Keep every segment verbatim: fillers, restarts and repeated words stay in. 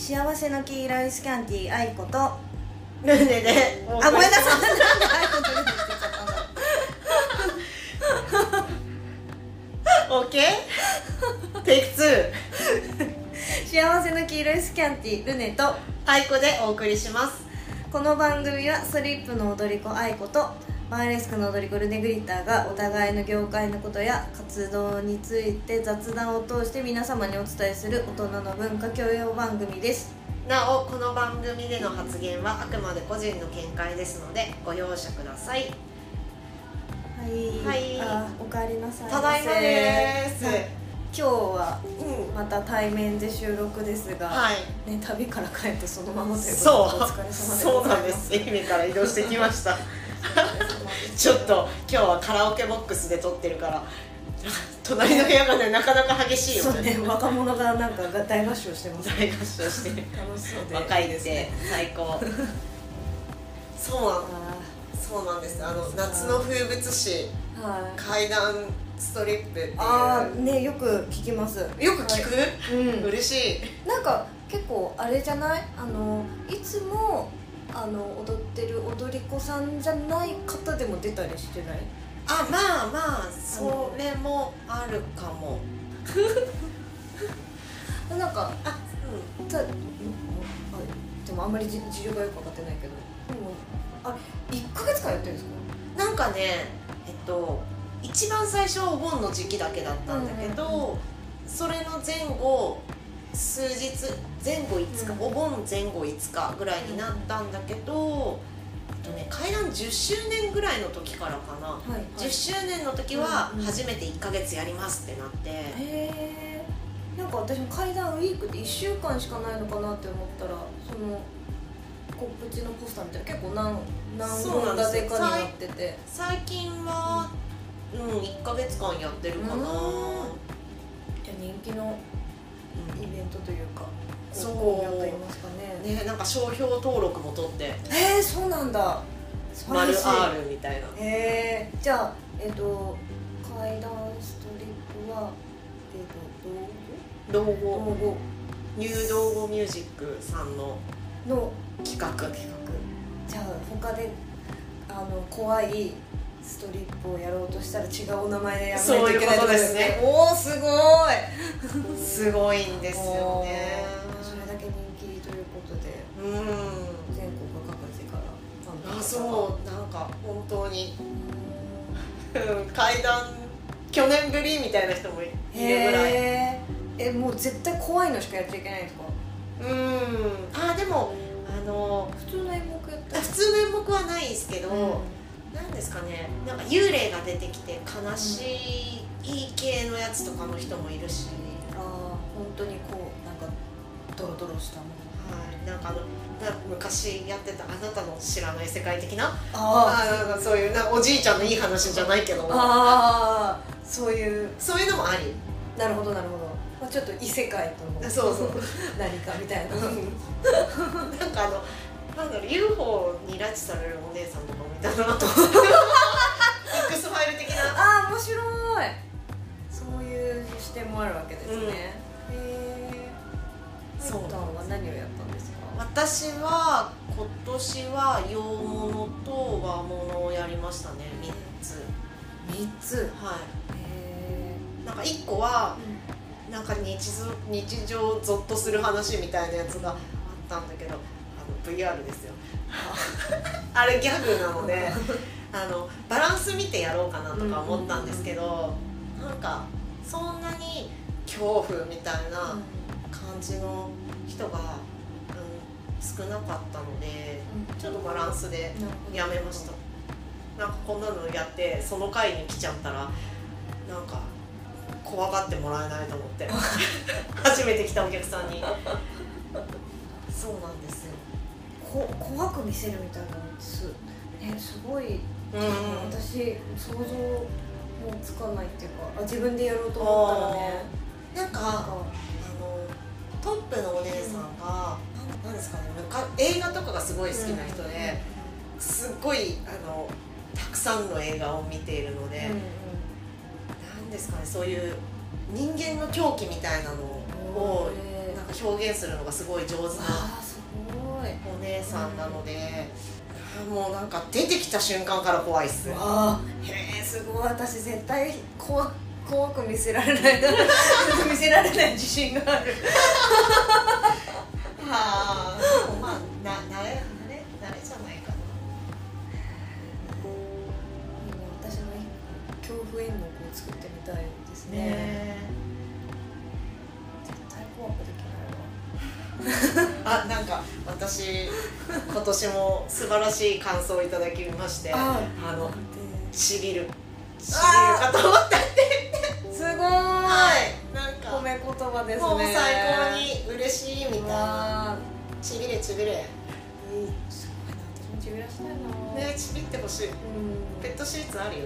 幸せの黄色いスキャンティー愛子とルネであ、ごめんなさい、なんで愛子とルネって言っちゃったんだオッケーテイクツー幸せの黄色いスキャンティールネと愛子でお送りします。 この番組はストリップの踊り子愛子とバーレスクの踊り子ルネグリッターがお互いの業界のことや活動について雑談を通して皆様にお伝えする大人の文化教養番組です。 なおこの番組での発言はあくまで個人の見解ですのでご容赦ください。 はい、 はい、 あ、おかえりなさいませ。 ただいまです。 今日はうんまた対面で収録ですが、 はいね、旅から帰ってそのままというそうことでお疲れ様でございます。 そうなんです。愛媛から移動してきましたちょっと今日はカラオケボックスで撮ってるから隣の部屋がねなかなか激しいよね。 そうね、若者がなんか大合唱してますね。 大合唱して楽しそうで若いですねね、最高そうなんそうなんです。あの夏の風物詩、 はい、 階段ストリップっていうあーね、よく聞きます。 よく聞く、 はい、うん、 嬉しい。 なんか結構あれじゃない、あのいつもあの踊ってる踊り子さんじゃない方でも出たりしてない？ あ、まあまあそれもあるかもなんかあ、うん、 た、うん、あでもあんまり事情がよく分かってないけど、でもあれいっかげつかんやってるんですか？ なんかね、えっと一番最初はお盆の時期だけだったんだけど、うんうんうん、それの前後数日前後いつか、うん、お盆前後いつかぐらいになったんだけど、えっとね、階段じゅっしゅうねんぐらいの時からかな、はいはい、じゅっしゅうねんの時は初めていっかげつやりますってなって、うんうん、 へー、なんか私も階段ウィークっていっしゅうかんしかないのかなって思ったら、その告知のポスターみたいな結構何何本立てかになってて、 最近は、うん、いっかげつかんやってるかな。じゃあ人気のイベントというか、 そうやっていますかね。 ね、なんか商標登録も取って、 へえ、そうなんだ。 丸 R みたいな。 へえ、じゃあえっ、ー、と階段ストリップはえっ、ー、と道後道後ニュー道後ミュージックさんのの企画企画。 じゃあ他であの怖いストリップをやろうとしたら違うお名前でやらないといけないってことですね。おお、すごいすごいんですよね。 それだけ人気ということで、 うん、 全国各地からあ、そう、なんか本当に階段去年ぶりみたいな人もいるぐらい。 ええ、もう絶対怖いのしかやっちゃいけないんですか？ うん、あ、でもあの普通の演目やったら普通の演目はないですけど、 うん、 なんですかね、なんか幽霊が出てきて悲しい系のやつとかの人もいるし、 ああ、本当にこうなんかドロドロしたもの、 はい、なんかあのな昔やってたあなたの知らない世界的な、 ああ、なんかそういうなんかおじいちゃんのいい話じゃないけど、 ああ、そういうそういうのもあり。 なるほどなるほど、まあ、ちょっと異世界とのそうそう何かみたいななんかあのなんだろう、 ユーフォー に拉致されるお姉さんとかもいたなとX ファイル的な。 ああ、面白い、そういう視点もあるわけですね、うん、へえ。そうたんは何をやったんですか？ 私は今年は洋物と和物をやりましたね。みっつみっつ、 はい。 へえ。 なんかいっこは、うん、なんか日常、日常ゾッとする話みたいなやつがあったんだけど、あの ブイアール ですよあれギャグなのであのバランス見てやろうかなとか思ったんですけど、うん、なんかそんなに恐怖みたいな感じの人が、うん、少なかったので、うん、ちょっとバランスでやめました。なんかこんなのやってその回に来ちゃったらなんか怖がってもらえないと思って初めて来たお客さんにそうなんですよ。 こ怖く見せるみたいなのってす、ね、すごい、うん、私想像もつかないっていうか、あ、自分でやろうと思ったらね、 なんかあのトップのお姉さんが、うん、なんですかね、映画とかがすごい好きな人で、うん、すっごいあのたくさんの映画を見ているので、うんうん、なんですかね、そういう人間の狂気みたいなのをなんかか表現するのがすごい上手なあすごいお姉さんなので、うん、もうなんか出てきた瞬間から怖いっす。 あへえすごい。私絶対怖怖く見せられない見せられない自信があるはあでもまあな慣れ慣れ慣れじゃないかな。 私も恐怖演目を作ってみたいですね。 ね絶対怖くできないわあ、なんか私今年も素晴らしい感想をいただきまして、 ああのでしびるしびるかと思ったってすごーい、 はいなんか褒め言葉ですね。 もう最高に嬉しいみたいな。 わちびれちびれねーいいすごいな。私もちびらしたいな。 ちびってほしい。 うんペットシーツあるよ。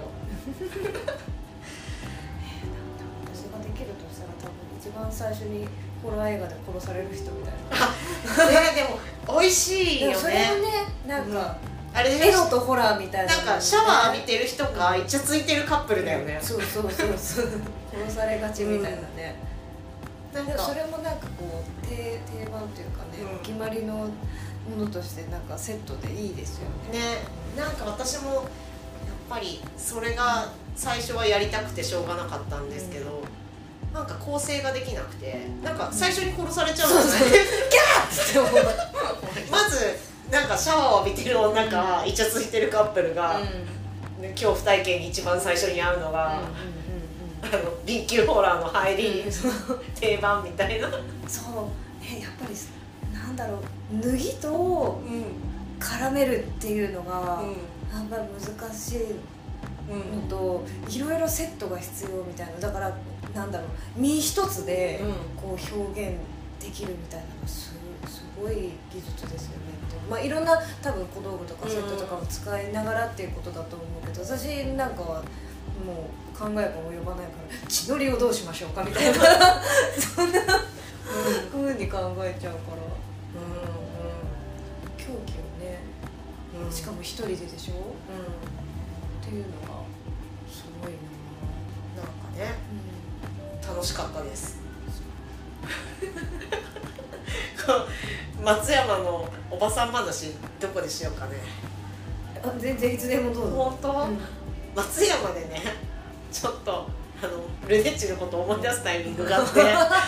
私ができるとしたら多分一番最初にホラー映画で殺される人みたいな。 ねでも美味しいよね。 でもそれもねなんか、 あれエロとホラーみたいな、 なんかシャワー浴びてる人かイチャついてるカップルだよね。 そうそうそうそう殺されがちみたいなね、 なんかでもそれもなんかこう定定番というかね、 うんお決まりのものとしてなんかセットでいいですよね。 ね、なんか私もやっぱりそれが最初はやりたくてしょうがなかったんですけど、うん、なんか構成ができなくてなんか最初に殺されちゃうんじゃない、うん、 ギャーってまずなんかシャワーを浴びてる女か、うん、イチャついてるカップルが、うん、恐怖体験に一番最初に会うのが、うんうんうんうん、あの B 級ホラーの入り、うん、定番みたいな。 そうね、やっぱりなんだろう脱ぎと絡めるっていうのが、うん、やっぱり難しいのと、うん、いろいろセットが必要みたいな。だからなんだろう身一つでこう表現できるみたいなのすすごい技術ですよね。まあいろんな多分小道具とかセットとかも使いながらっていうことだと思うけど、私なんかはもう考えが及ばないから血のりをどうしましょうかみたいなそんなふうに考えちゃうから、うんうん、狂気をね、うん、しかも一人ででしょ、うん、っていうのがすごいな。 なんかね、うん、楽しかったです松山のおばさん話どこでしようかね。 あ全然いつでもどうぞ。 本当、うん、松山でねちょっとあのルネッチのことを思い出すタイミングがあって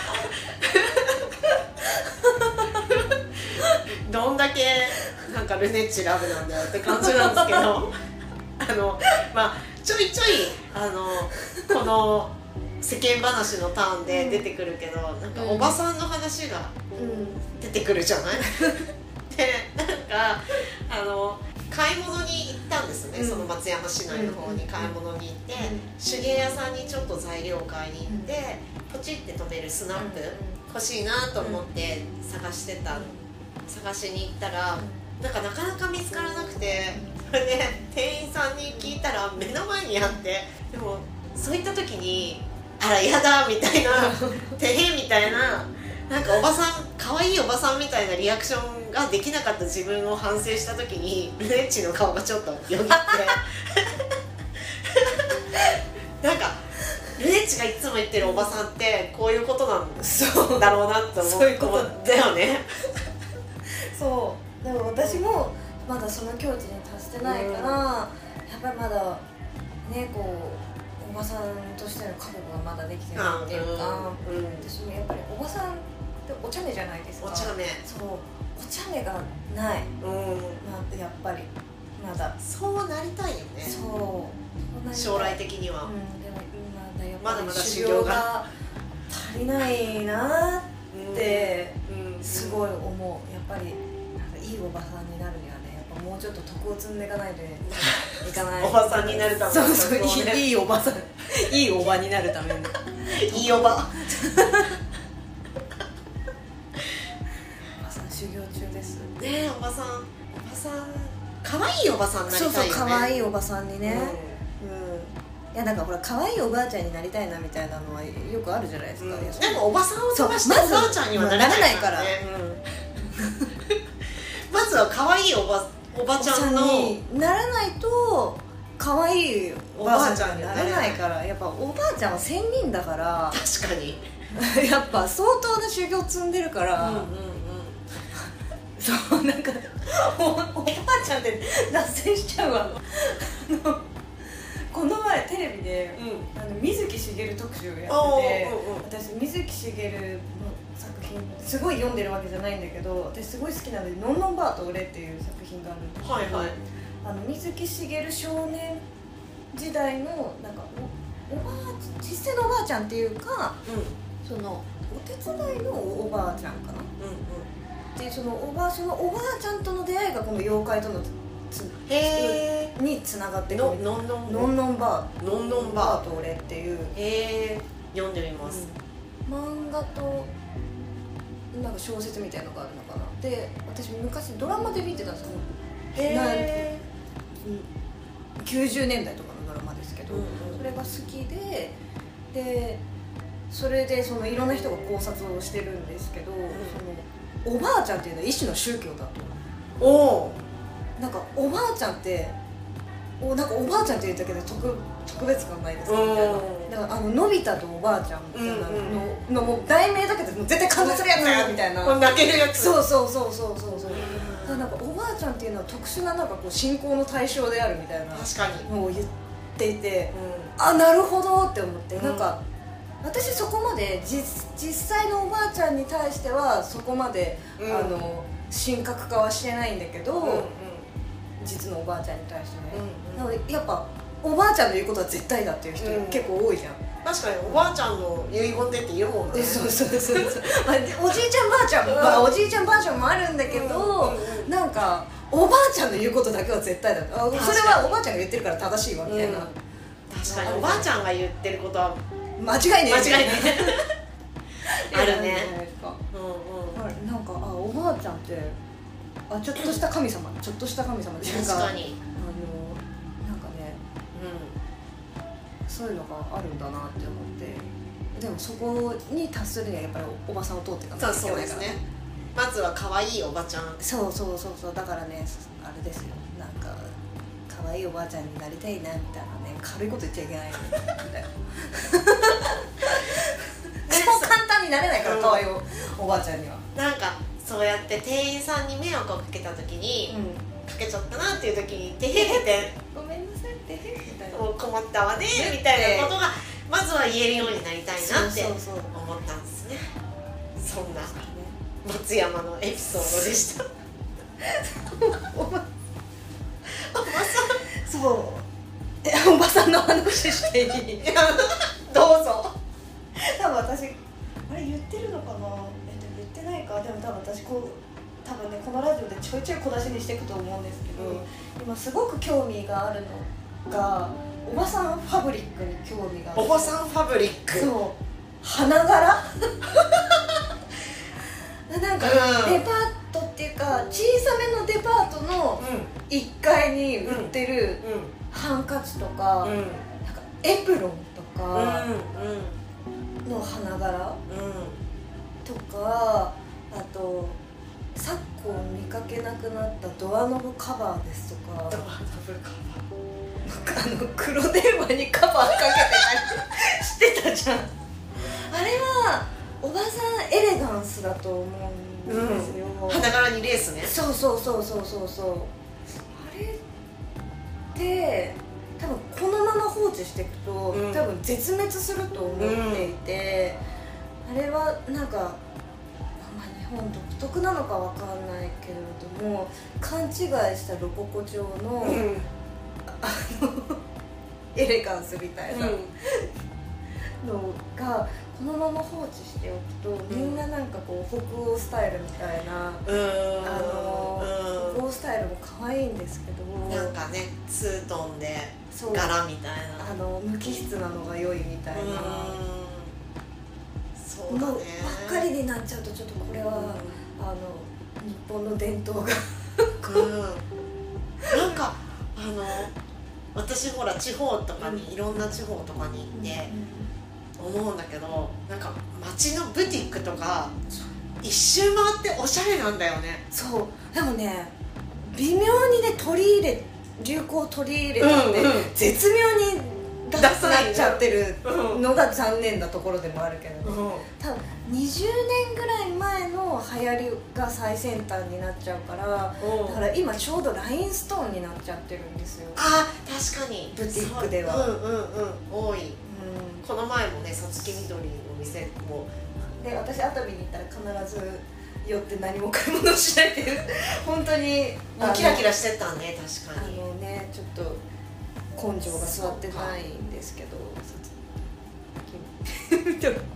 どんだけなんかルネッチラブなんだよって感じなんですけどあのまあちょいちょいあのこの世間話のターンで出てくるけど、なんかおばさんの話が出てくるじゃない、うん、でなんかあの買い物に行ったんですね、うん、その松山市内の方に買い物に行って、うん、手芸屋さんにちょっと材料を買いに行って、うん、ポチって止めるスナップ、うん、欲しいなと思って探してた、うん、探しに行ったらなんかなかなか見つからなくて、それで店員さんに聞いたら目の前にあって、でもそういった時にあらやだみたいなてへみたいな、なんかおばさん可愛いおばさんみたいなリアクションができなかった自分を反省した時にルネッチの顔がちょっとよぎってなんかルネッチがいつも言ってるおばさんってこういうことなんだろうなって思ったよねそうでも私もまだその境地に達してないから、うん、やっぱりまだねこうおばさんとしての覚悟がまだできてないっていうか、うんうん、私もやっぱりおばさんってお茶目じゃないですか。 お茶目。 そうお茶目がない、うんまあ、やっぱりまだそうなりたいよね。 そう将来的には、うん、 でもまだやっぱりまだまだ修行が足りないなってすごい思う。やっぱりなんかいいおばさんになるにはね、やっぱもうちょっと徳を積んでいかないといかないおばさんになるために、そうそう、ね、いいおばさんいいおばになるためにいいおば修行中ですね。えおばさんおばさん可愛いおばさんになりたいよね。 そうそう可愛いおばさんにね、うん、うん、いやなんかほら可愛いおばあちゃんになりたいなみたいなのはよくあるじゃないですか、うん、 でもおばさんを飛ばしたおばあちゃんにはなれないからね、うん、まずは可愛いおばおばちゃんのにならないと可愛いおばあちゃんになれないから、やっぱおばあちゃんは仙人だから。 確かにやっぱ相当な修行積んでるから、うんうんうん、そうなんか お, おばあちゃんって脱線しちゃうわこの前テレビで、うん、あの水木しげる特集をやってて、私水木しげるの作品すごい読んでるわけじゃないんだけど、私すごい好きなので「のんのんばあと俺」っていう作品があるんですけど、はいはい、あの水木しげる少年時代のなんか お, おばあ実際のおばあちゃんっていうか、うん、そのお手伝いのおばあちゃんかな、うんうん、でそのおば, そのおばあちゃんとの出会いがこの妖怪とのつへーにつながってくる。のんのんのんのんばあのんのんばあと俺っていう、 へー読んでみます、 うん、漫画となんか小説みたいなのがあるのかな。で私昔ドラマで見てたんですよ。へーきゅうじゅうねんだいとかのドラマですけど、うんうん、それが好きででそれでそのいろんな人が考察をしてるんですけど、うん、そのおばあちゃんっていうのは一種の宗教だと。おなんかおばあちゃんっておなんかおばあちゃんって言うだけで 特, 特別感ないですかみたいな。だからあののび太とおばあちゃんみたいな の,、うんうん、のもう題名だけでもう絶対感動するやつだよみたいな、 泣けるやつ。 そうそうそうそうそうそう、うん、だからなんかおばあちゃんっていうのは特殊ななんかこう信仰の対象であるみたいなのを言っていて、うん、あなるほどって思って、うん、なんか私そこまで 実, 実際のおばあちゃんに対してはそこまで、うん、あの神格化はしてないんだけど、うんうん、実のおばあちゃんに対してね、うんうん、なのでやっぱおばあちゃんの言うことは絶対だっていう人結構多いじゃん、うん、 確かにおばあちゃんの遺言でって言うもんね。 そうそうそうそう、まあ、おじいちゃんばあちゃんも、まあ、おじいちゃんばあちゃんもあるんだけど、うんうん、なんかおばあちゃんの言うことだけは絶対だと。それはおばあちゃんが言ってるから正しいわみたいな、うん、 確かにおばあちゃんが言ってることは間違いねえ間違いねあるね。 なんかあおばあちゃんってあちょっとした神様ちょっとした神様で確かにあのなんかね、うん、そういうのがあるんだなって思って。でもそこに達するにはやっぱりおばさんを通っていかなきゃいけないから、ね、 まずは可愛いおばちゃん。 そうそうそうそう、だからねあれですよ、なんか可愛いおばあちゃんになりたいなみたいなね、軽いこと言っちゃいけないみたいなそう簡単になれないから、可愛い お, おばあちゃんには。 なんかそうやって店員さんに迷惑をかけた時に、うん、かけちゃったなっていう時にてへへってごめんなさいってへへみたいな、 困ったわねみたいなことがまずは言えるようになりたいなって思ったんですね。そんな松山のエピソードでしたおばさんそうえおばさんの話していいどうぞ。 多分私あれ言ってるのかな、言ってないか。でも多分私こう多分ねこのラジオでちょいちょい小出しにしていくと思うんですけど、うん、今すごく興味があるのがおばさんファブリックに興味がある。 おばさんファブリック、 そう花柄なんか、うん、デパートっていうか小さめのデパートのいっかいに売ってるハンカチとか、うん、なんかエプロンとかの花柄、うん、とかあと昨今見かけなくなったドアノブカバーですとか、ドアノブカバーあの黒電話にカバーかけてたりしてたじゃん。あれはおばさんエレガンスだと思うんですよ、 うん、花柄にレースね。 そうそうそうそうそうそう。あれって多分このまま放置していくと、うん、多分絶滅すると思っていて、うん、あれはなんか、まあ、日本独特なのかわかんないけれども勘違いしたロココ調の、うん、あのエレガンスみたいな、うん、のがこのまま放置しておくと、みんななんかこう北欧スタイルみたいな、うん、あの北欧スタイルも可愛いんですけど、 なんかねツートンで柄みたいな、 あの無機質なのが良いみたいな、 そうだね、 ばっかりになっちゃうとちょっとこれは、うん、あの日本の伝統がうん、なんかあの私ほら地方とかに、うん、いろんな地方とかに行って、うん、思うんだけど、なんか街のブティックとか一周回っておしゃれなんだよね。 そうでもね微妙にね取り入れ流行を取り入れたって、うんうん、絶妙にダサくなっちゃってるのが残念なところでもあるけど、ね、うん、多分にじゅうねんぐらい前の流行りが最先端になっちゃうから、うん、だから今ちょうどラインストーンになっちゃってるんですよ。 あ、確かにブティックではうんうんうん多い、うん、この前もねさつきみどりの店もで、私熱海に行ったら必ず寄って何も買い物しないっていう本当にもうキラキラしてたね。確かにあのね、ちょっと根性が座ってないんですけど、店、うん、だからやっ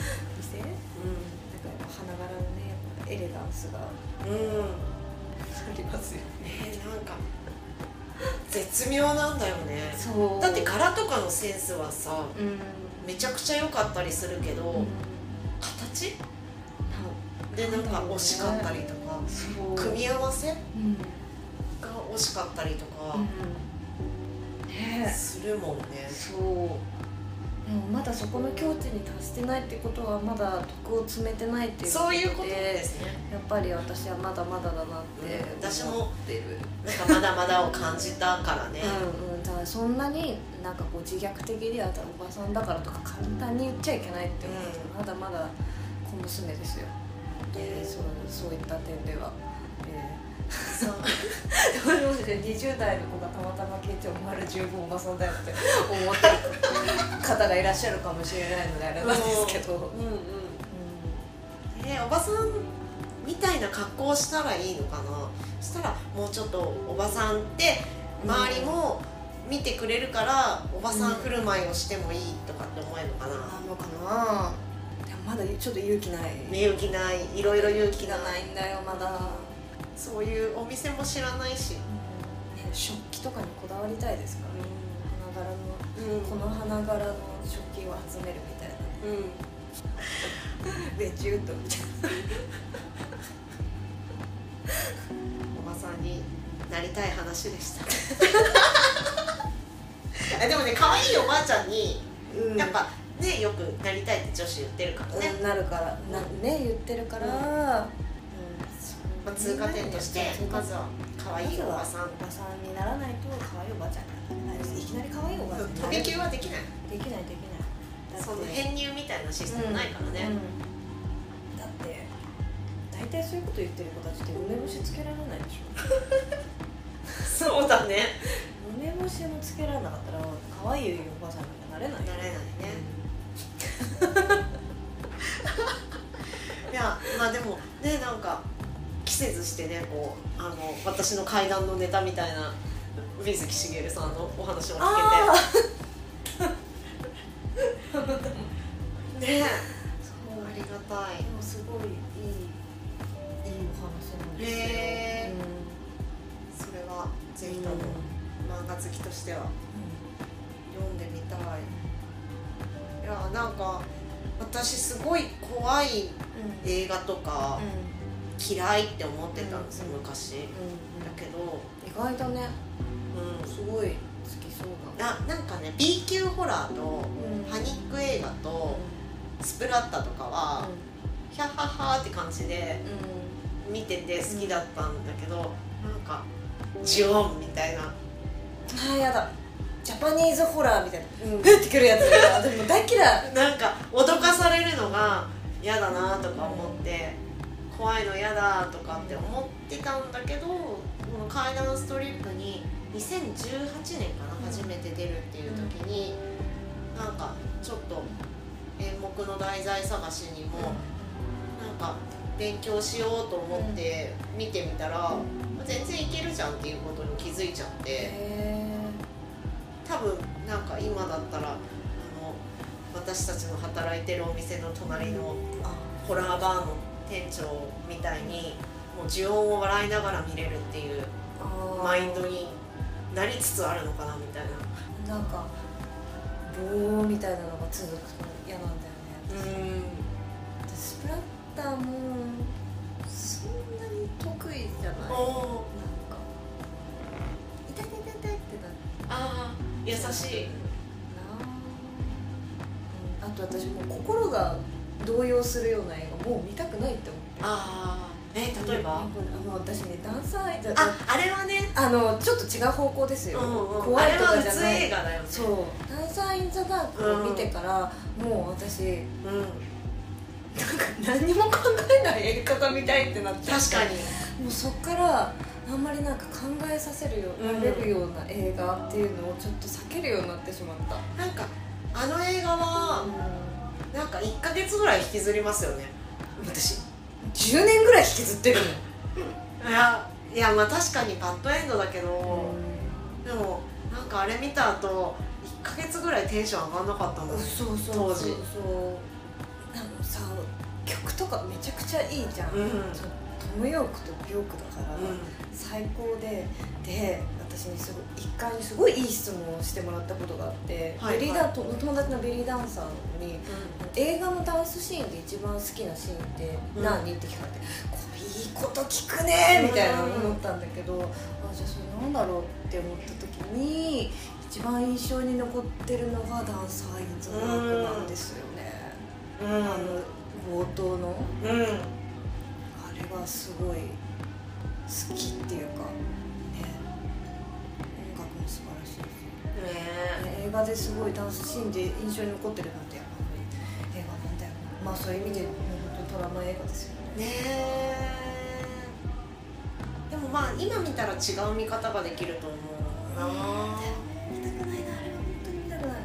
ぱ花柄のね、エレガンスが、うん、ありますよね。 なんか絶妙なんだよね。そうだって柄とかのセンスはさ、うん、めちゃくちゃ良かったりするけど、うん、形でなんか惜しかったりとか、うん、組み合わせ、うん、が惜しかったりとか、うんね、するもんね。 そうでもまだそこの境地に達してないってことはまだ徳を積めてないっていうことで、 そういうことですね。 やっぱり私はまだまだだなって私もなんかまだまだを感じたからね。 うん、うん、だからそんなになんかこう自虐的であったらおばさんだからとか簡単に言っちゃいけないって思う、うん、まだまだ小娘ですよ、えー、そう、そういった点では、えーそうでもにじゅう代の子がたまたまケイちゃん丸十分おばさんだよって思ってる方がいらっしゃるかもしれないのであれなんですけど、うんうんうん、 えー、おばさんみたいな格好をしたらいいのかな。そしたらもうちょっとおばさんって周りも見てくれるから、うん、おばさん振る舞いをしてもいいとかって思えるのかな、うん、 あのかな。でもまだちょっと勇気ない、 勇気ない、いろいろ勇気がないんだよまだ。 そういうお店も知らないし、うんね、食器とかにこだわりたいですか、うん、花柄の、うん、この花柄の食器を集めるみたいな、うん、ベチュートみたいなおばさんになりたい話でしたでもね、可愛いおばあちゃんに、うん、やっぱね、よくなりたいって女子言ってるからね、 うん、なるからな、ね、言ってるから、うんまあ、通過点としてまずは可愛いおばさん、 おばさんにならないと可愛いおばあちゃんになれないです。いきなり可愛いおばあちゃんになれない。 飛び級はできない。 できないできない。 その編入みたいなシステムないからね。うんうん、 だって大体そういうこと言ってる子たちって梅干しつけられないでしょ。 そうだね。 梅干しもつけられなかったら可愛いおばあちゃんにはなれない。 なれないね。いや、まあでもね、なんか。季節してね、こうあの私の怪談のネタみたいな水木しげるさんのお話を聞けてねえ、そうありがたい。 でもすごいいいいいお話なんですよ。へえ、 うん、それはぜひとも漫画好きとしては読んでみたい。いや、なんか私すごい怖い映画とか、うんうん嫌いって思ってたんですよ、うん、昔、うんうん、だけど意外とね、うん、すごい好きそうな。あ、なんかね B 級ホラーと、うん、パニック映画と、うん、スプラッタとかは、うん、ヒャッハッハーって感じで、うん、見てて好きだったんだけど、うん、なんかジオンみたいな、 あーやだ、ジャパニーズホラーみたいな、うん、グッてくるやつがでも大嫌い。 なんか脅かされるのが嫌だなとか思って、うん怖いの嫌だとかって思ってたんだけど、この階段ストリップににせんじゅうはちねんかな、初めて出るっていう時に、なんかちょっと演目の題材探しにもなんか勉強しようと思って見てみたら、全然いけるじゃんっていうことに気づいちゃって、多分なんか今だったらあの私たちの働いてるお店の隣のホラーバーの店長みたいにもう呪音を笑いながら見れるっていうマインドになりつつあるのかなみたいな。なんか棒みたいなのが続くと嫌なんだよね。うん。スプラッターもそんなに得意じゃない。なんか痛い痛い痛い痛いってなって。 ああ、優しいなあ。あと私もう心が動揺するような映画もう見たくないって思って。 ああ、 え例えば、 あの私ねダンサーああれはね、 あのちょっと違う方向ですよ、 うんうん、 怖いとかじゃない。 あれはうつ映画だよね。 そうダンサー・イン・ザ・ダークを見てから、うん、もう私、うん、なんか何にも考えないやり方みたいってなっちゃって、 確かにもうそっからあんまりなんか考えさせるようなれるような映画っていうのをちょっと避けるようになってしまった。 なんかあの映画は、うん、なんかいっかげつぐらい引きずりますよね。 私じゅうねんぐらい引きずってるのいやいやまあ確かにバッドエンドだけど、 うん、 でもなんかあれ見た後いっかげつぐらいテンション上がんなかったもん。 そうそう当時そうそうなんかさ曲とかめちゃくちゃいいじゃん、うん、トム・ヨークとビョークだから、うん、最高でで私にすごいいっかいにすごいいい質問をしてもらったことがあって、はいはい、ベリーダン友達のベリーダンサーに、うん、映画のダンスシーンで一番好きなシーンって何、うん、って聞かれて、これいいこと聞くねみたいな思ったんだけど、うん、あじゃあそれなんだろうって思った時に一番印象に残ってるのがダンサー・イン・ザ・ダークなんですよね、うん、あの冒頭の、うん、あれがすごい好きっていうかね、音楽も素晴らしいし、ね、映画ですごいダンスシーンで印象に残ってるなんてやっぱり映画なんだよな。まあそういう意味で本当にドラマ映画ですよね。ねでもまあ今見たら違う見方ができると思うな。 見たくないな、あれは本当に見たくない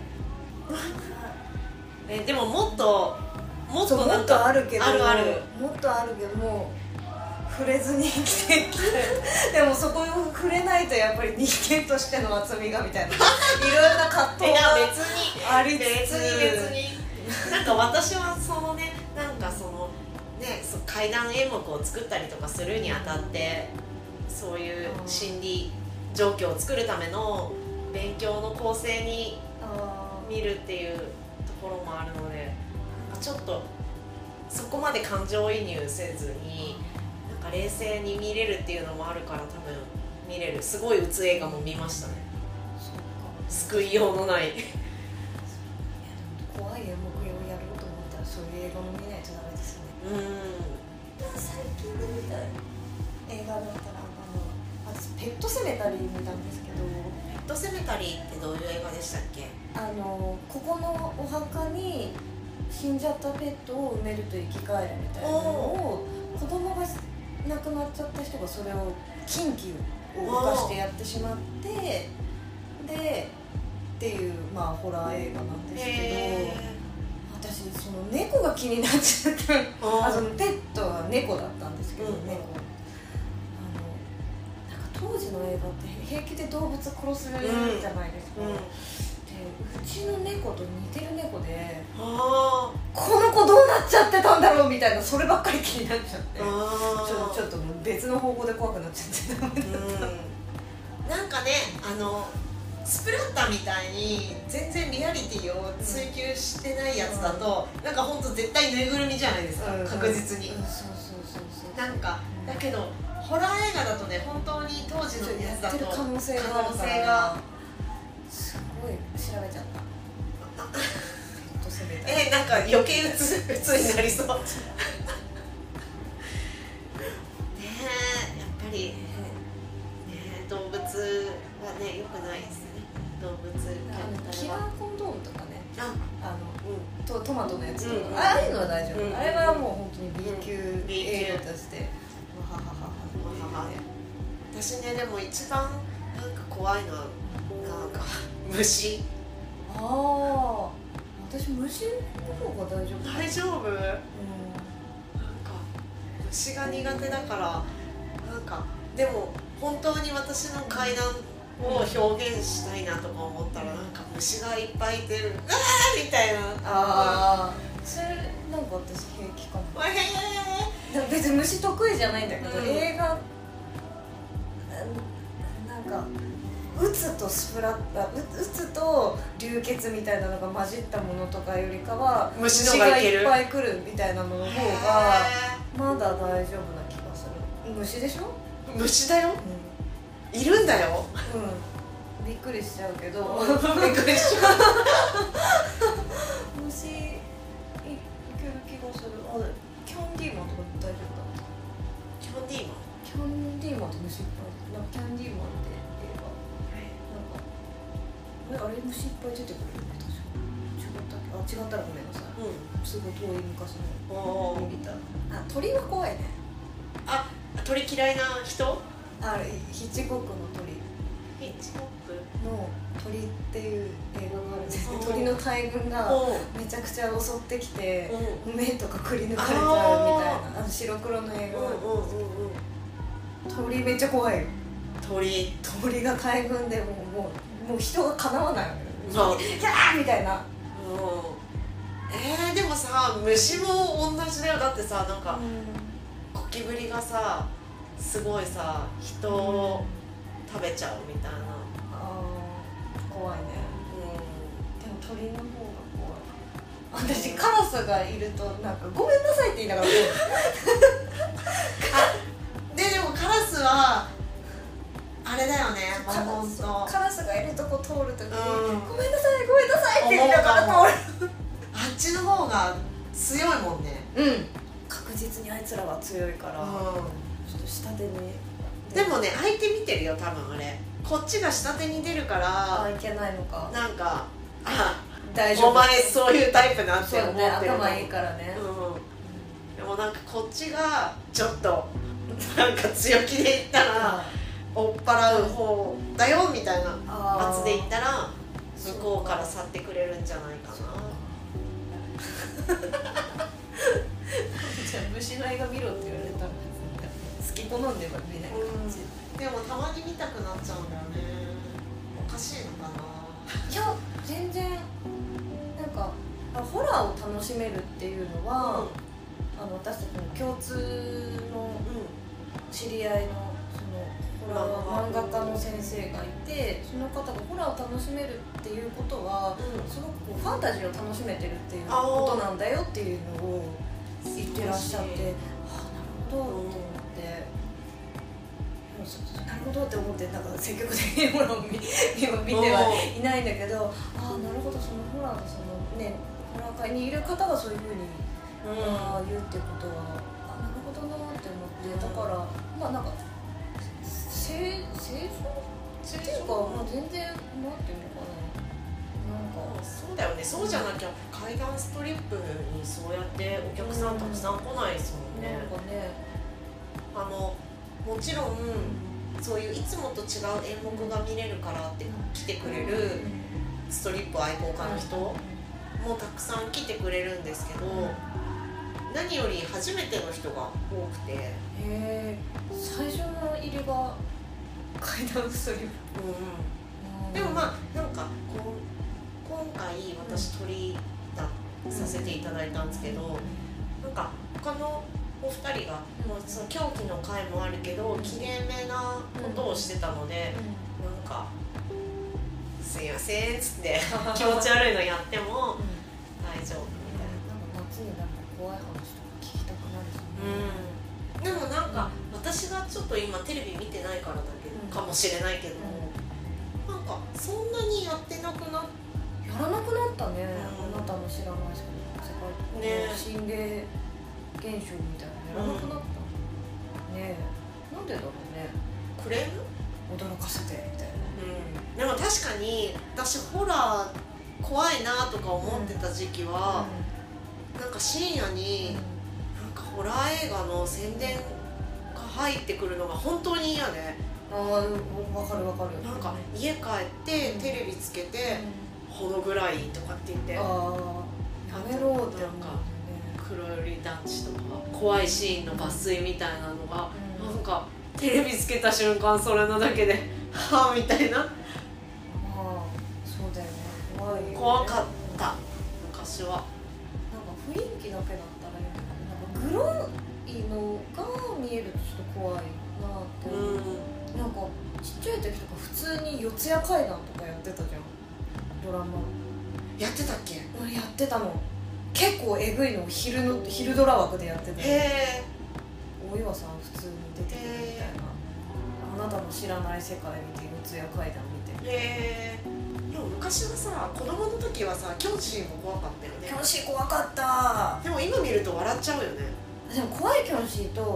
えでももっともっともっとあるけどあるあるもっとあるけどもう触れずに生きてきてでもそこを触れないとやっぱり人間としての厚みがみたいないろいろな葛藤がありつつ別に別になんか私はそのねなんかそのね怪談演目を作ったりとかするにあたってそういう心理状況を作るための勉強の構成に見るっていうところもあるのでちょっとそこまで感情移入せずになんか冷静に見れるっていうのもあるから多分見れる。すごい鬱映画も見ましたね。救いようのない怖い演目をやろうと思ったらそういう映画も見ないとダメですね。うん最近で見た映画だったらあの私ペットセメタリー見たんですけど。 ペットセメタリーってどういう映画でしたっけ？ あのここのお墓に死んじゃったペットを埋めると生き返るみたいなのを子供が亡くなっちゃった人がそれを禁忌を犯してやってしまってでっていうまあホラー映画なんですけど、私その猫が気になっちゃってあそのペットは猫だったんですけど、うん、猫あのなんか当時の映画って平気で動物殺すじゃないですか、うんうん、うちの猫と似てる猫であこの子どうなっちゃってたんだろうみたいなそればっかり気になっちゃってちょ、ちょっと別の方向で怖くなっちゃって、うん、 なんかねあのスプラッターみたいに全然リアリティを追求してないやつだと、うん、なんかほんと絶対ぬいぐるみじゃないですか、うん、確実に、うん、そうそうそうそうなんか、うん、だけどホラー映画だとね本当に当時のやつだと可能性があるからすごい調べちゃったえなんか余計うつうつになりそうねえやっぱり、ね、動物はね良くないですね。動物キラーコンドームとかねああの、うん、ト, トマトのやつとか、うん、ああいうのは大丈夫、うん、あれはもう本当に B 級映画としてわはははは私ねでも一番なんか怖いのはなんか虫。 ああ私虫の方が大丈夫。 大丈夫、うん、なんか虫が苦手だからなんかでも本当に私の階段を表現したいなとか思ったらなんか虫がいっぱいいてるあーみたいな。ああそれなんか私平気かも。へえ別に虫得意じゃないんだけど、うん、映画なんかうつとスプラッタうつと流血みたいなのが混じったものとかよりかは虫がいっぱい来るみたいなのの方がまだ大丈夫な気がする。虫でしょ？ 虫だよ、うん、いるんだよ、 うん、びっくりしちゃうけどびっくりしちゃう虫いける気がする。あキャンディーマンとか大丈夫だ。 ョンディーマンキャンディーマンって虫いっぱいなんかキャンディーマンって映画なんかあれ虫いっぱい出てくるよね確か違ったっけあ違ったらごめんなさい、 うんすごい遠い昔のおー見たあ鳥は怖いねあ鳥嫌いな人あれヒッチコックの鳥ヒッチコックの鳥っていう映画があるんですけどうん鳥の大群がおーめちゃくちゃ襲ってきてうん目とかくり抜かれちゃうみたいなあの白黒の映画うんうんうんうん鳥めっちゃ怖いよ鳥鳥が大群でもうもうもう人がかなわないわけまあよキャーみたいなうんえー、でもさ虫も同じだよだってさなんかゴキブリがさすごいさ人を食べちゃうみたいな、 あー怖いねうでも鳥の方が怖い私カラスがいるとなんかごめんなさいって言いながらん、あででもカラスはあれだよねもうカラほんスとカラスがいるとこ通るときに、 うんごめんなさいごめんなさいって言いながら通るあっちの方が強いもんね、 うん確実にあいつらは強いから、ちょうっと下手にん、でもね相手見てるよ多分あれこっちが下手に出るからあいけないのかなんかあ大丈夫お前そういうタイプなんてそう思ってるね頭いいからね、 うん、でもなんかこっちがちょっとなんか強気で言ったら追っ払う方だよみたいなあ圧で言ったら向こうから去ってくれるんじゃないかな。 じゃあ虫の映画見ろって言われたら好き好んでは見ない感じ、 うん、でもたまに見たくなっちゃうんだよね。おかしいのかな。 いや全然なんかホラーを楽しめるっていうのは、あの私たちの共通の知り合いのそのホラー漫画家の先生がいて、その方がホラーを楽しめるっていうことは、 うんすごくこうファンタジーを楽しめてるっていうことなんだよっていうのを言ってらっしゃって、ああなるほどと思って。なるほどって思ってなんか積極的にホラーを 見, 見てはいないんだけど、ああなるほどそのホラーのそのねホラー界にいる方がそういうふうに、うん、あ言うってことはあなるほどなって思って、だからまあなんか正正常っていうか、まあ、全然なんていうのかななんかそうだよね。そうじゃなきゃ階段ストリップにそうやってお客さんたくさん来ないですもんね。 なんかねあのもちろんそういういつもと違う演目が見れるからって来てくれるストリップ愛好家の人もたくさん来てくれるんですけど、何より初めての人が多くて、 へえ最初の入りが階段ストリップ、 うん、でもまあなんかこう今回私取り出させていただいたんですけど、なんか他のお二人がもうその狂気の会もあるけどきれいめなことをしてたので、なんか「すいません」っつって気持ち悪いのやっても大丈夫みたいな。 なんか夏になると怖い話とか聞きたくなるしね、 うん、でもなんか私がちょっと今テレビ見てないからだけど、かもしれないけど、なんかそんなにやってなくなっやらなくなったね、 うんあなたの知らない世界ね心霊現象みたいなのやらなくなった、うん、ねえなんでだろうねクレーム驚かせてみたいな、 うん、でも確かに私ホラー怖いなとか思ってた時期は、うん、なんか深夜に、うん、なんかホラー映画の宣伝が入ってくるのが本当に嫌で、 ああ分かる分かる、 なんか家帰ってテレビつけて、うん、ほどぐらいとかって言って、 ああやめろって思う、ね、 黒百合団地とか怖いシーンの抜粋みたいなのが、うん、なんかテレビつけた瞬間それのだけではぁみたいな、 ああそうだよね怖いよね、 怖かった昔は。 なんか雰囲気だけだったらいいんだけど、なんかグロいのが見えるとちょっと怖いなって思う、うん、なんかちっちゃい時とか普通に四谷怪談とかやってたじゃんドラマ。 やってたっけ？ 俺やってたの結構えぐいのを昼の昼ドラ枠でやってた。 へー大岩さん普通に出てくるみたいな、あなたの知らない世界見て四谷怪談見て。 へーでも昔はさ子供の時はさキョンシーも怖かったよね。 キョンシー怖かった。 でも今見ると笑っちゃうよね。 でも怖いキョンシーと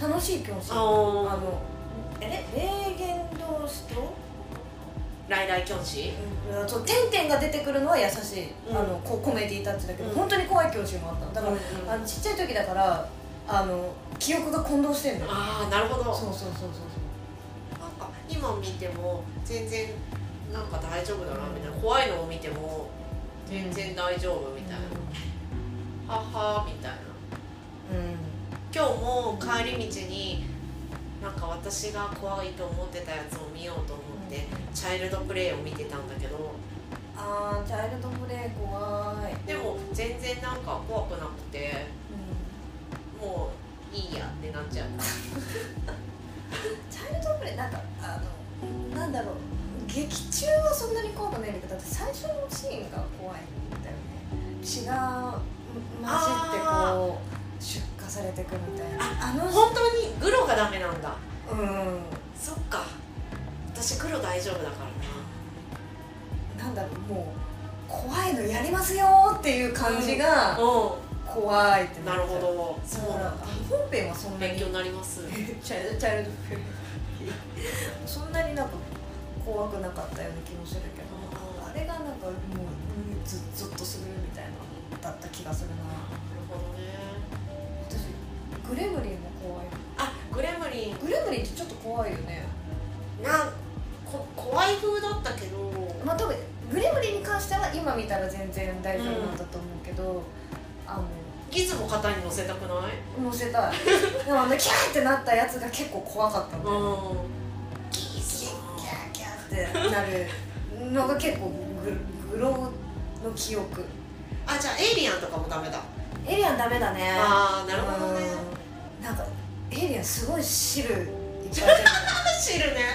楽しい教師。ああのえ霊言同士と来来教師、 うん、そうてんてんが出てくるのは優しい、うん、あのココメディタッチだけど、うん、本当に怖い教師もあったのだから、うんうん、あのちっちゃい時だからあの記憶が混同してんのよ。 ああなるほど。 そうそうそうそうそう。 なんか今見ても全然なんか大丈夫だなみたいな、怖いのを見ても全然大丈夫みたいな、うん、ははみたいな、うん、今日も帰り道になんか私が怖いと思ってたやつを見ようと思って、うん、チャイルドプレイを見てたんだけど、 あーチャイルドプレイ怖い。 でも全然なんか怖くなくて、うん、もういいやってなっちゃうチャイルドプレイなんかあのなんだろう、劇中はそんなに怖くないんだけど、だって最初のシーンが怖いんだよね。血が混じってこう出荷されてくみたいな。 ああの本当にグロがダメなんだ。 うん、 そっか。私グロ大丈夫だからな。なんだろう、もう怖いのやりますよっていう感じが怖いってなっちゃう。 なるほど。 そうなんだ。本編はそんなに勉強になりますチャイルドチャイルドそんなになんか怖くなかったような気もするけど、あれがなんかもうずずっとするみたいなだった気がするな。 なるほどね。 私グレムリンも怖い。 あ、グレムリングレムリンってちょっと怖いよね。 なんこ怖い風だったけど、 まあ多分グレムリンに関しては今見たら全然大丈夫なんだと思うけど、うん、あのギズも肩に乗せたくない？ 乗せたいでもあのキャーってなったやつが結構怖かったんだよ、うん、ギズキャーキャーってなるのが結構グ, グロの記憶。 あ、じゃあエイリアンとかもダメだ。 エイリアンダメだね。 ああ、なるほどね。 なんかエイリアンすごい汁いっぱい出てる汁ね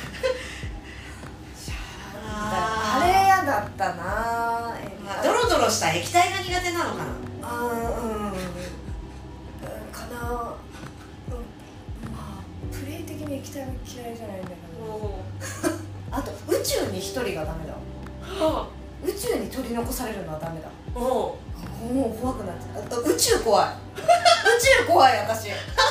あれ嫌だったな。 まあ、ドロドロした液体が苦手なのかな。 あーうんかな、うん、まあプレイ的に液体は嫌いじゃないんだけどあと宇宙に一人がダメだ、はあ、宇宙に取り残されるのはダメだ。もう怖くなっちゃう。宇宙怖い宇宙怖い私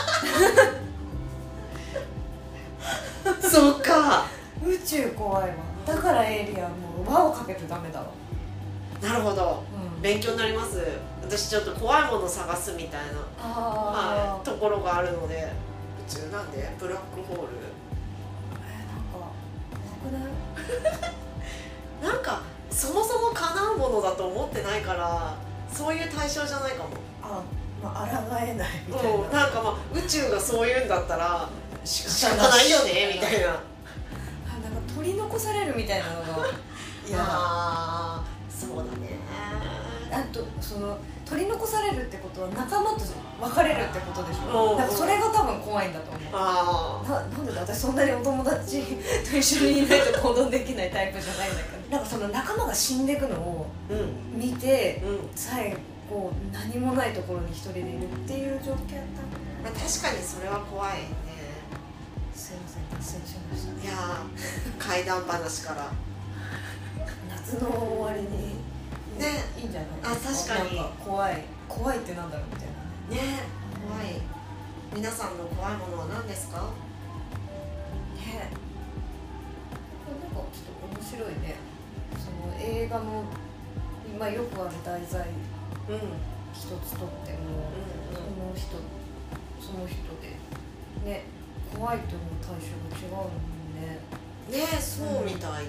そうか、 宇宙怖いわ。だからエイリアンも輪をかけてダメだわ。 なるほど、うん、勉強になります。私ちょっと怖いものを探すみたいな、はい、ところがあるので。宇宙なんでブラックホール、 えー、なんか怖くないなんかそもそも叶うものだと思ってないから、そういう対象じゃないかも。 あ、まあ抗えないみたいな、 うん、なんかまあ宇宙がそういうんだったら仕方ないよねみたいな。あ、なんか取り残されるみたいなのがいやあそうだね。 あとその取り残されるってことは仲間と別れるってことでしょ。なんかそれが多分怖いんだと思う。あな, なんでだ私そんなにお友達と一緒にいないと行動できないタイプじゃないんだけど、なんかその仲間が死んでいくのを見て、うんうん、最後何もないところに一人でいるっていう状況やったんだね。 まあ、確かにそれは怖いね。 すいません脱線しました。 いや怪談話から夏の終わりにね、いいんじゃないですか。あ、確かに。なんか怖い怖いってなんだろうみたいなね。ね、 怖い。皆さんの怖いものは何ですか？ ね、なんかちょっと面白いね。その映画の今よくある題材一つとっても、うん、その人その人でね、怖いと思う対象が違うもんね。 ね、そうみたいだね。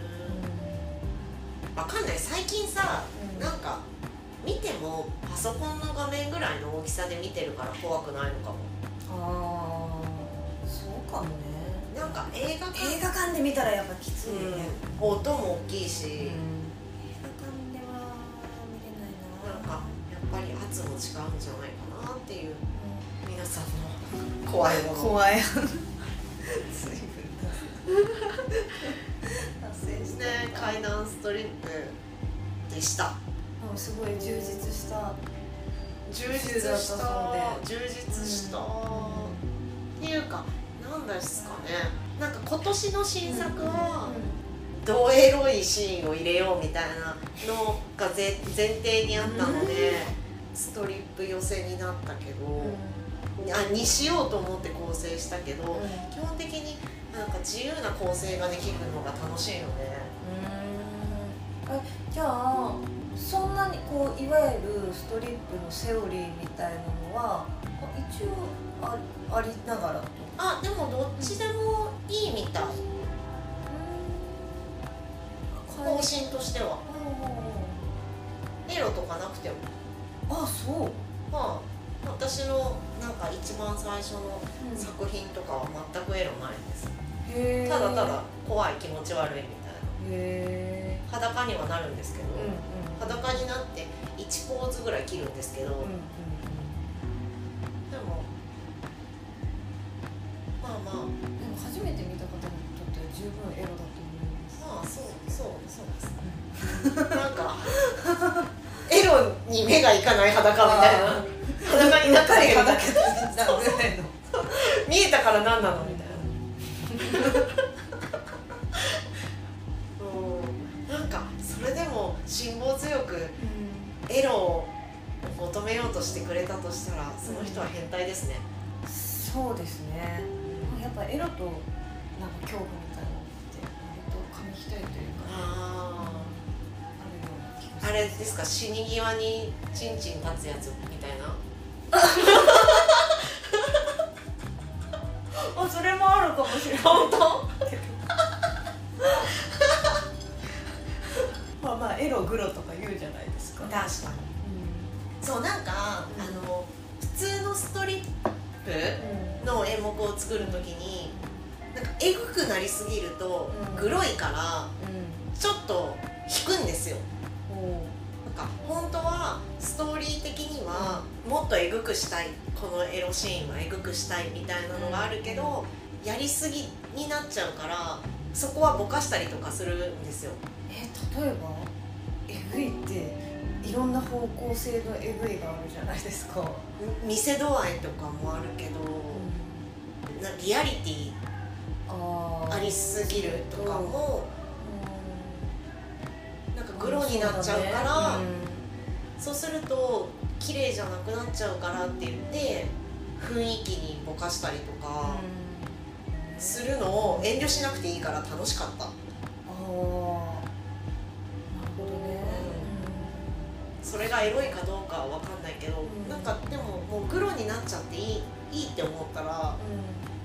わかんない。最近さ、うん、なんか見てもパソコンの画面ぐらいの大きさで見てるから怖くないのかも。ああ、そうかもね。 なんか映画館映画館で見たらやっぱきついよね、 うん、音も大きいし、うん、映画館では見れないな。 なんかやっぱり圧も違うんじゃないかなっていう、うん、皆さんの怖いもの。怖い随分達成してね。階段ストリップでした。 すごい充実した充実した充実した、うん、っていうかなんですかね、なんか今年の新作はドエロいシーンを入れようみたいなのが前提にあったので、うん、ストリップ寄せになったけど、うん、 あにしようと思って構成したけど、 うん、 基本的になんか自由な構成ができるのが楽しいので。 うーんえじゃあそんなにこういわゆるストリップのセオリーみたいなのは一応 あ, ありながらとあでもどっちでもいいみたい、方針としては。エロとかなくても。 あそうまあ私のなんか一番最初の作品とかは全くエロないです、 うん、へただただ怖い気持ち悪いみたいな。 へ裸にはなるんですけど、 うんうん、 裸になっていちポーズぐらい切るんですけど、うんうん、でもまあまあでも初めて見た方にとっては十分エロだと思います。 まあそうそうそうです、うん、なんかエロに目がいかない裸みたいな裸になったけど見えたから何なのみたいなうんなんかそれでも辛抱強くエロを求めようとしてくれたとしたらその人は変態ですね、 うん、そうですね。やっぱエロとなんか恐怖みたいなのって割と紙一重というか、ね、あるような気がします。 あれですか、死に際にチンチン立つやつみたいなあ、それもあるかもしれない。 本当まあまあエログロとか言うじゃないですか。 確かに、うん、そうなんか、うん、あの普通のストリップの演目を作るときになんかエグくなりすぎるとグロいからちょっと引くんですよ、うん、なんか本当はストーリー的にはもっとエグくしたい、このエロシーンはエグくしたいみたいなのがあるけど、うん、やりすぎになっちゃうからそこはぼかしたりとかするんですよ。 え例えばエグいっていろんな方向性のエグいがあるじゃないですか。 見せ度合いとかもあるけど、うん、なリアリティありすぎるとかも、うん、なんかグロになっちゃうから、うん、そうすると綺麗じゃなくなっちゃうからって言って雰囲気にぼかしたりとかするのを遠慮しなくていいから楽しかった。あそれがエロいかどうかは分かんないけど、うん、なんかでももうグロになっちゃっていい、いいって思ったら、うん、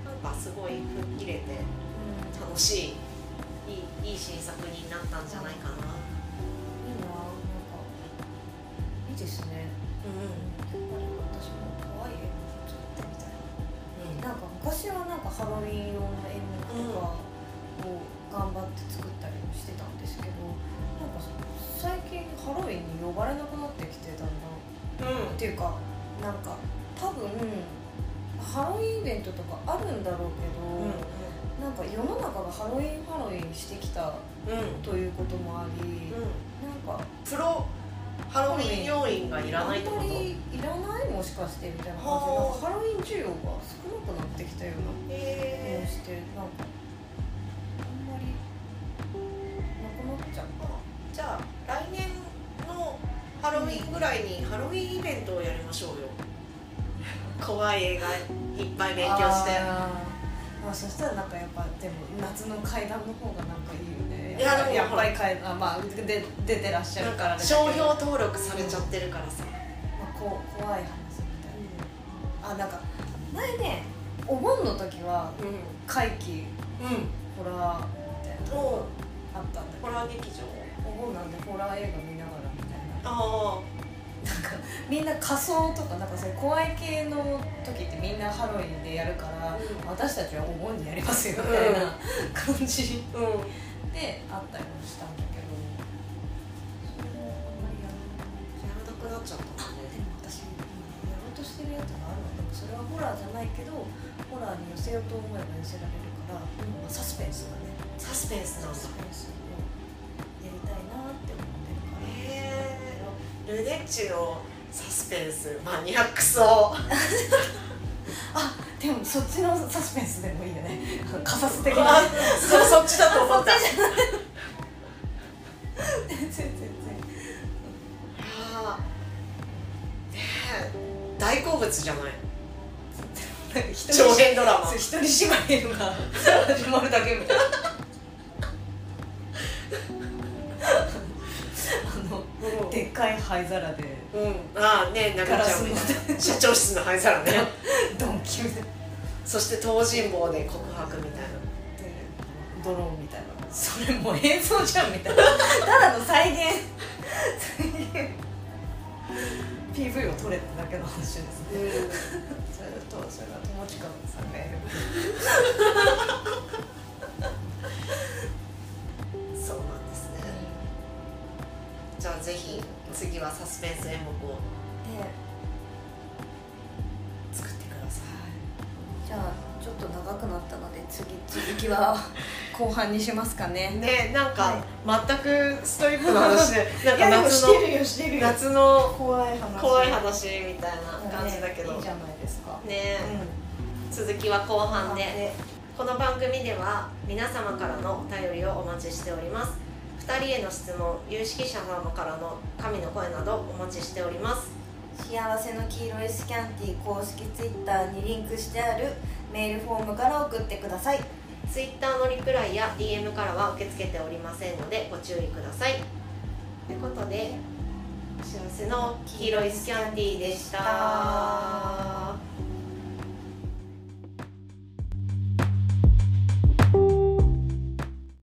なんかすごい吹っ切れて楽しい、いい、いい新作になったんじゃないかな。 いいな、なんかいいですね。うん、やっぱり私も可愛い絵を作ってみたいな、うん、なんか昔はなんかハロウィン用の演目とかを頑張って作ったりもしてたんですけど、なんか最近ハロウィンに呼ばれなくなってきてだんだん、うん、っていうかなんか多分ハロウィンイベントとかあるんだろうけど、うんうん、なんか世の中がハロウィンハロウィンしてきた、うん、ということもあり、うん、なんかプロハロウィン要員がいらないってこと？あんまりいらないもしかしてみたいな感じで、なんかハロウィン需要が少なくなってきたような気がして、なんかあんまりなくなっちゃった。 じゃあ来年のハロウィンぐらいにハロウィンイベントをやりましょうよ。怖い映画いっぱい勉強して。 あ、まあ、そしたらなんかやっぱでも夏の怪談の方がなんかいいよね。 いやでもやっぱり怪談、まあで出てらっしゃるからね。 商標登録されちゃってるからさ。 まあ、こう怖い話みたいな。うん、あ、なんか前ねお盆の時は怪奇、うん、ホラーみたいなのがあったんだけど。 ホラー劇場。 お盆なんでホラー映画見ながらみたいな。 ああ。 なんかみんな仮装とかなんかそういう怖い系の時ってみんなハロウィンでやるから、うん、私たちはお盆にやりますよみたいな感じ、うん、であったりもしたんだけど、それもあんまりやらなくなっちゃったので、でも私やろうとしてるやつがあるので、それはホラーじゃないけどホラーに寄せようと思えば寄せられるから、うん、サスペンスがね、 サスペンスなんだ。 サスペンスをやりたいなって思ってるから。 へー、ルネッチのサスペンスマニアックそうあ、でもそっちのサスペンスでもいいよね。カサス的な。 そ, そっちだと思った。 全然全然。 ああ、ねえ、大好物じゃない。 なんか一人長編ドラマそう一人芝居のが始まるだけみたいなあの、 うん、 でっかい灰皿でうんああねなくちゃうみたいな社長室の灰皿ねドンキみたいなそして東尋坊で告白みたいなでドローンみたいなそれもう映像じゃんみたいなただの再現再現 ピーブイ を撮れってだけの話ですね、うん、それとそれが友近さんがやるそうなんですね、うん、じゃあぜひ次はサスペンス演目を作ってください。 じゃあちょっと長くなったので次続きは後半にしますかね。 ねなんか、はい、全くストリップの話でなんか夏の夏の怖い話怖い話みたいな感じだけど、 ね、いいじゃないですかね、うん、続きは後半で、ね、この番組では皆様からのお便りをお待ちしております。ふたりへの質問、有識者様からの神の声などお待ちしております。 幸せの黄色いスキャンティー公式ツイッターにリンクしてあるメールフォームから送ってください。 ツイッターのリプライや ディーエム からは受け付けておりませんのでご注意ください。ということで幸せの黄色いスキャンティーでした。